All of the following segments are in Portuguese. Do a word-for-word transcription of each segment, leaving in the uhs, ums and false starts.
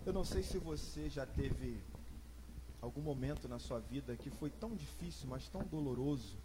Eu não sei se você já teve algum momento na sua vida que foi tão difícil, mas tão doloroso,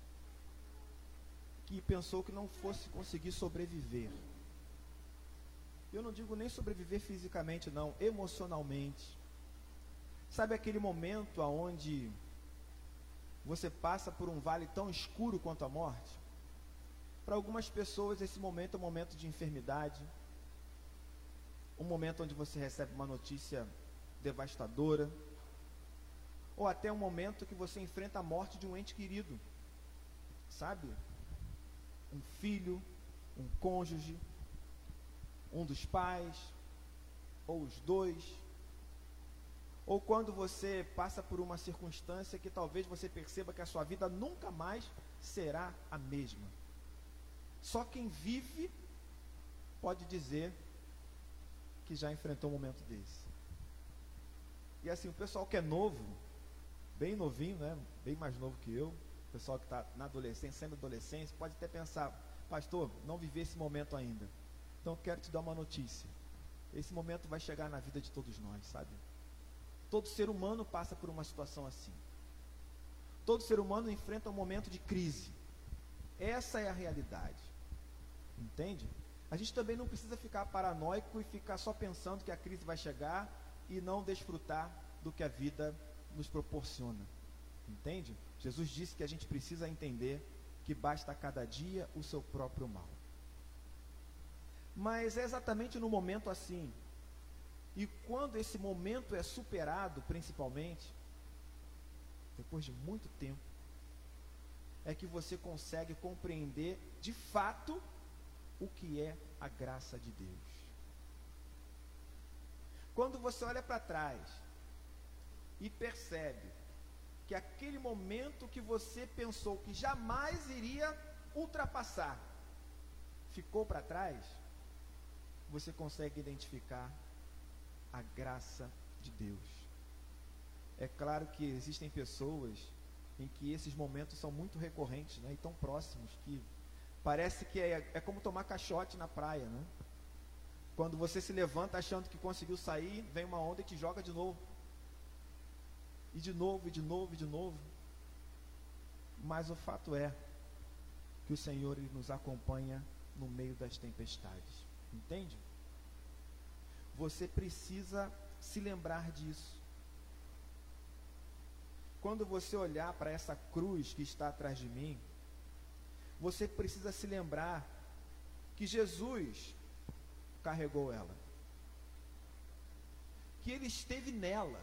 que pensou que não fosse conseguir sobreviver. Eu não digo nem sobreviver fisicamente, não, emocionalmente. Sabe aquele momento onde você passa por um vale tão escuro quanto a morte? Para algumas pessoas esse momento é um momento de enfermidade, um momento onde você recebe uma notícia devastadora, ou até um momento que você enfrenta a morte de um ente querido, sabe? Um filho, um cônjuge, um dos pais, ou os dois, ou quando você passa por uma circunstância que talvez você perceba que a sua vida nunca mais será a mesma. Só quem vive pode dizer que já enfrentou um momento desse. E assim, o pessoal que é novo, bem novinho, né? Bem mais novo que eu, o pessoal que está na adolescência, sendo adolescente, pode até pensar: pastor, não vivi esse momento ainda. Então eu quero te dar uma notícia. Esse momento vai chegar na vida de todos nós, sabe? Todo ser humano passa por uma situação assim. Todo ser humano enfrenta um momento de crise. Essa é a realidade. Entende? A gente também não precisa ficar paranoico e ficar só pensando que a crise vai chegar e não desfrutar do que a vida nos proporciona. Entende? Jesus disse que a gente precisa entender que basta a cada dia o seu próprio mal. Mas é exatamente no momento assim, e quando esse momento é superado, principalmente, depois de muito tempo, é que você consegue compreender de fato o que é a graça de Deus. Quando você olha para trás e percebe que aquele momento que você pensou que jamais iria ultrapassar, ficou para trás, você consegue identificar a graça de Deus. É claro que existem pessoas em que esses momentos são muito recorrentes, né, e tão próximos, que parece que é, é como tomar caixote na praia, né? Quando você se levanta achando que conseguiu sair, vem uma onda e te joga de novo. E de novo, e de novo, e de novo. Mas o fato é que o Senhor, Ele nos acompanha no meio das tempestades. Entende? Você precisa se lembrar disso. Quando você olhar para essa cruz que está atrás de mim, você precisa se lembrar que Jesus carregou ela, que Ele esteve nela,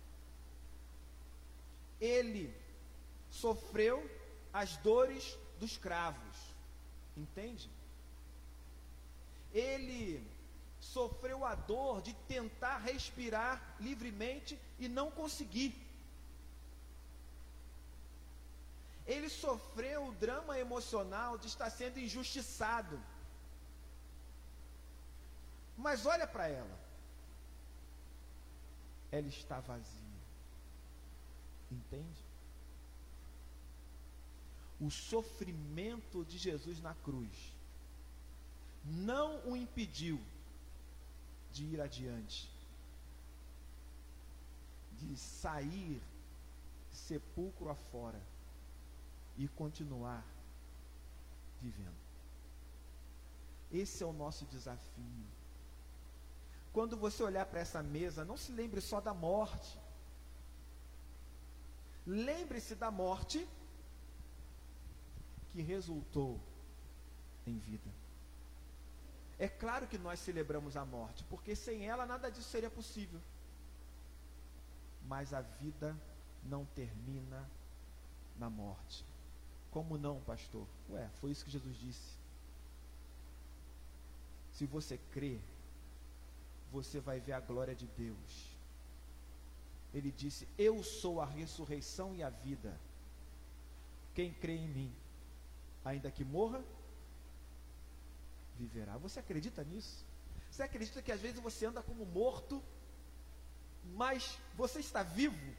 Ele sofreu as dores dos cravos, entende? Ele sofreu a dor de tentar respirar livremente e não conseguir. Ele sofreu o drama emocional de estar sendo injustiçado. Mas olha para ela. Ela está vazia. Entende? O sofrimento de Jesus na cruz não o impediu de ir adiante, de sair sepulcro afora e continuar vivendo. Esse é o nosso desafio. Quando você olhar para essa mesa, não se lembre só da morte. Lembre-se da morte que resultou em vida. É claro que nós celebramos a morte, porque sem ela nada disso seria possível. Mas a vida não termina na morte. Como não, pastor? Ué, foi isso que Jesus disse. Se você crê, você vai ver a glória de Deus. Ele disse: eu sou a ressurreição e a vida. Quem crê em mim, ainda que morra, viverá. Você acredita nisso? Você acredita que às vezes você anda como morto, mas você está vivo?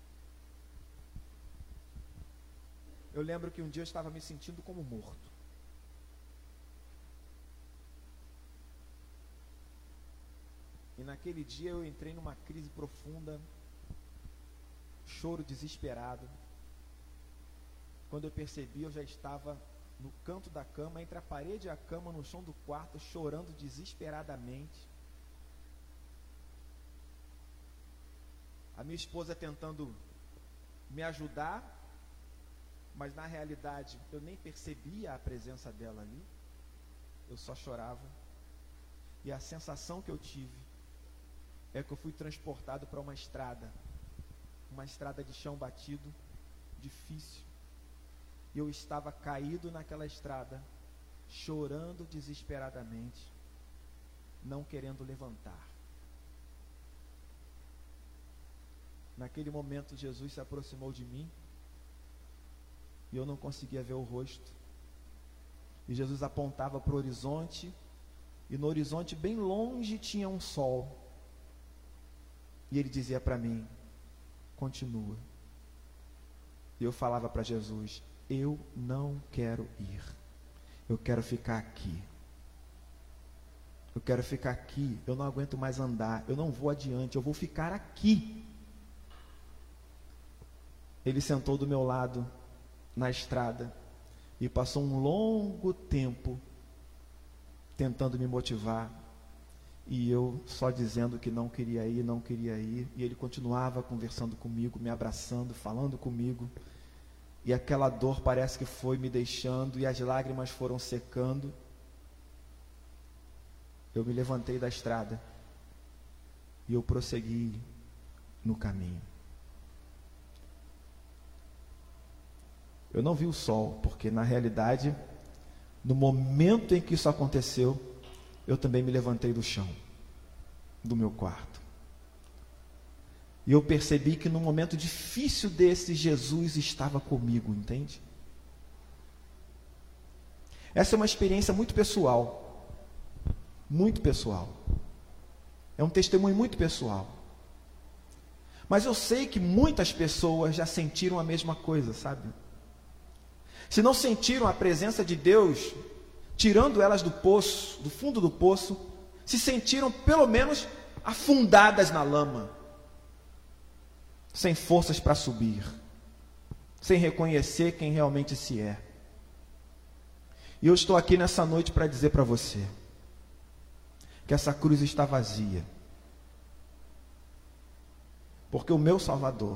Eu lembro que um dia eu estava me sentindo como morto. E naquele dia eu entrei numa crise profunda, choro desesperado. Quando eu percebi, eu já estava no canto da cama, entre a parede e a cama, no chão do quarto, chorando desesperadamente. A minha esposa tentando me ajudar, mas na realidade eu nem percebia a presença dela ali, eu só chorava. E a sensação que eu tive é que eu fui transportado para uma estrada, uma estrada de chão batido, difícil. E eu estava caído naquela estrada, chorando desesperadamente, não querendo levantar. Naquele momento, Jesus se aproximou de mim, e eu não conseguia ver o rosto. E Jesus apontava para o horizonte, e no horizonte, bem longe, tinha um sol. E ele dizia para mim: continua. E eu falava para Jesus: eu não quero ir, eu quero ficar aqui. Eu quero ficar aqui, eu não aguento mais andar, eu não vou adiante, eu vou ficar aqui. Ele sentou do meu lado na estrada e passou um longo tempo tentando me motivar, e eu só dizendo que não queria ir, não queria ir, e ele continuava conversando comigo, me abraçando, falando comigo, e aquela dor parece que foi me deixando, e as lágrimas foram secando. Eu me levantei da estrada e eu prossegui no caminho. Eu não vi o sol, porque na realidade, no momento em que isso aconteceu, eu também me levantei do chão, do meu quarto. E eu percebi que num momento difícil desse, Jesus estava comigo, entende? Essa é uma experiência muito pessoal, muito pessoal. É um testemunho muito pessoal. Mas eu sei que muitas pessoas já sentiram a mesma coisa, sabe? Se não sentiram a presença de Deus, tirando elas do poço, do fundo do poço, se sentiram pelo menos afundadas na lama, sem forças para subir, sem reconhecer quem realmente se é. E eu estou aqui nessa noite para dizer para você que essa cruz está vazia, porque o meu Salvador,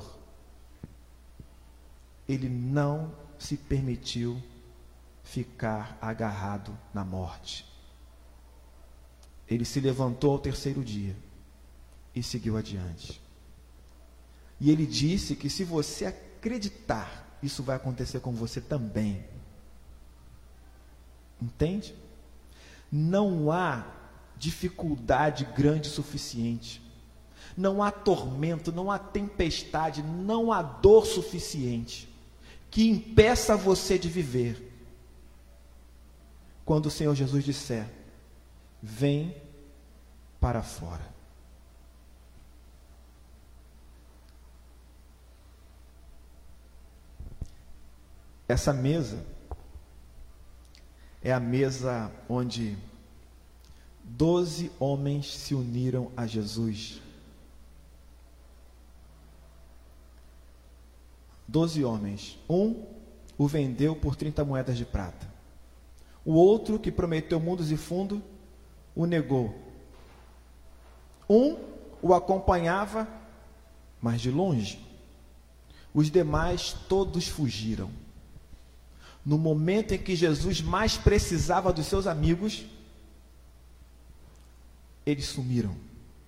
Ele não se permitiu ficar agarrado na morte. Ele se levantou ao terceiro dia e seguiu adiante. E ele disse que se você acreditar, isso vai acontecer com você também. Entende? Não há dificuldade grande o suficiente, não há tormento, não há tempestade, não há dor suficiente que impeça você de viver, quando o Senhor Jesus disser: vem para fora. Essa mesa é a mesa onde doze homens se uniram a Jesus. Doze homens. Um o vendeu por trinta moedas de prata. O outro, que prometeu mundos e fundos, o negou. Um o acompanhava, mas de longe. Os demais todos fugiram. No momento em que Jesus mais precisava dos seus amigos, eles sumiram.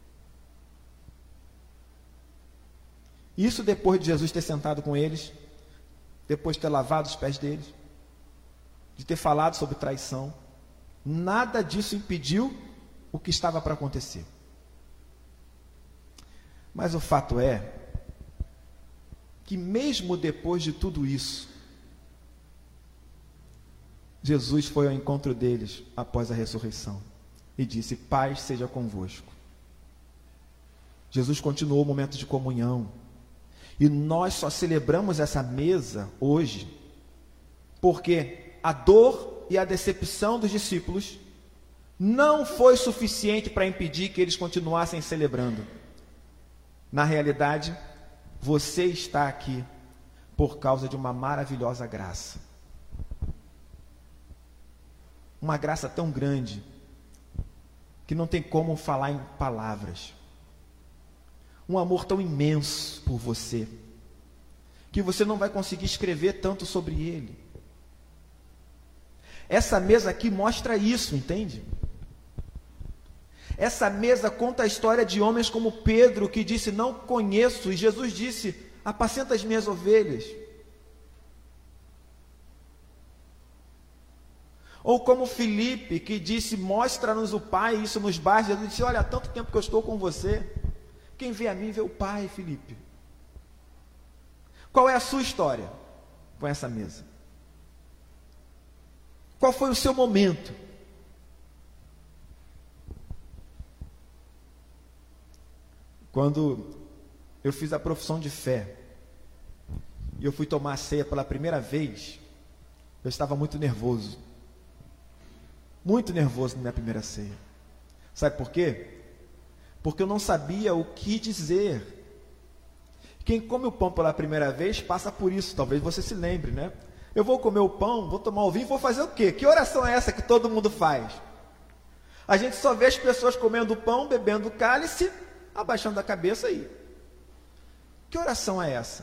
Isso depois de Jesus ter sentado com eles, depois de ter lavado os pés deles, de ter falado sobre traição. Nada disso impediu o que estava para acontecer. Mas o fato é que mesmo depois de tudo isso, Jesus foi ao encontro deles após a ressurreição e disse: paz seja convosco. Jesus continuou o momento de comunhão. E nós só celebramos essa mesa hoje porque a dor e a decepção dos discípulos não foi suficiente para impedir que eles continuassem celebrando. Na realidade, você está aqui por causa de uma maravilhosa graça. Uma graça tão grande que não tem como falar em palavras. Um amor tão imenso por você que você não vai conseguir escrever tanto sobre ele. Essa mesa aqui mostra isso, entende? Essa mesa conta a história de homens como Pedro, que disse, não conheço, e Jesus disse, apacenta as minhas ovelhas. Ou como Filipe, que disse, mostra-nos o Pai, isso nos basta. Jesus disse, olha, há tanto tempo que eu estou com você, quem vê a mim vê o Pai, Filipe. Qual é a sua história com essa mesa? Qual foi o seu momento? Quando eu fiz a profissão de fé e eu fui tomar a ceia pela primeira vez, eu estava muito nervoso. Muito nervoso na minha primeira ceia. Sabe por quê? Porque eu não sabia o que dizer. Quem come o pão pela primeira vez passa por isso, talvez você se lembre, né? Eu vou comer o pão, vou tomar o vinho, vou fazer o quê? Que oração é essa que todo mundo faz? A gente só vê as pessoas comendo o pão, bebendo o cálice, abaixando a cabeça aí. Que oração é essa?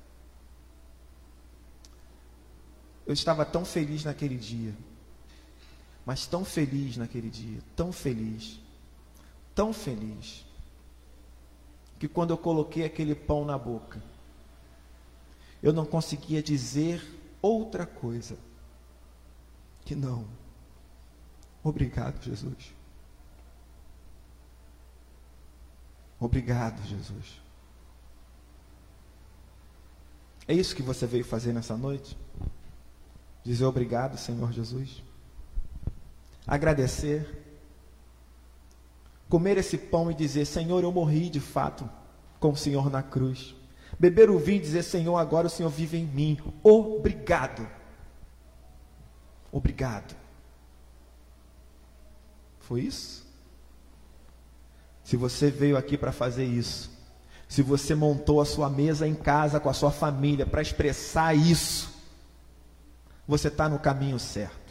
Eu estava tão feliz naquele dia, mas tão feliz naquele dia, tão feliz, tão feliz, que quando eu coloquei aquele pão na boca, eu não conseguia dizer outra coisa que não, obrigado, Jesus. Obrigado, Jesus. É isso que você veio fazer nessa noite? Dizer obrigado, Senhor Jesus? Agradecer? Comer esse pão e dizer, Senhor, eu morri de fato com o Senhor na cruz. Beber o vinho e dizer, Senhor, agora o Senhor vive em mim. Obrigado. Obrigado. Foi isso? Se você veio aqui para fazer isso, se você montou a sua mesa em casa com a sua família para expressar isso, você está no caminho certo.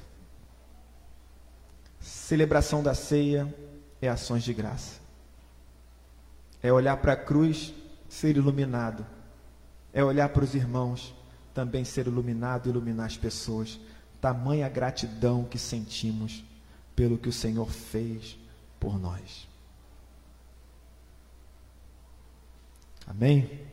Celebração da ceia é ações de graça. É olhar para a cruz, ser iluminado. É olhar para os irmãos, também ser iluminado e iluminar as pessoas. Tamanha gratidão que sentimos pelo que o Senhor fez por nós. Amém?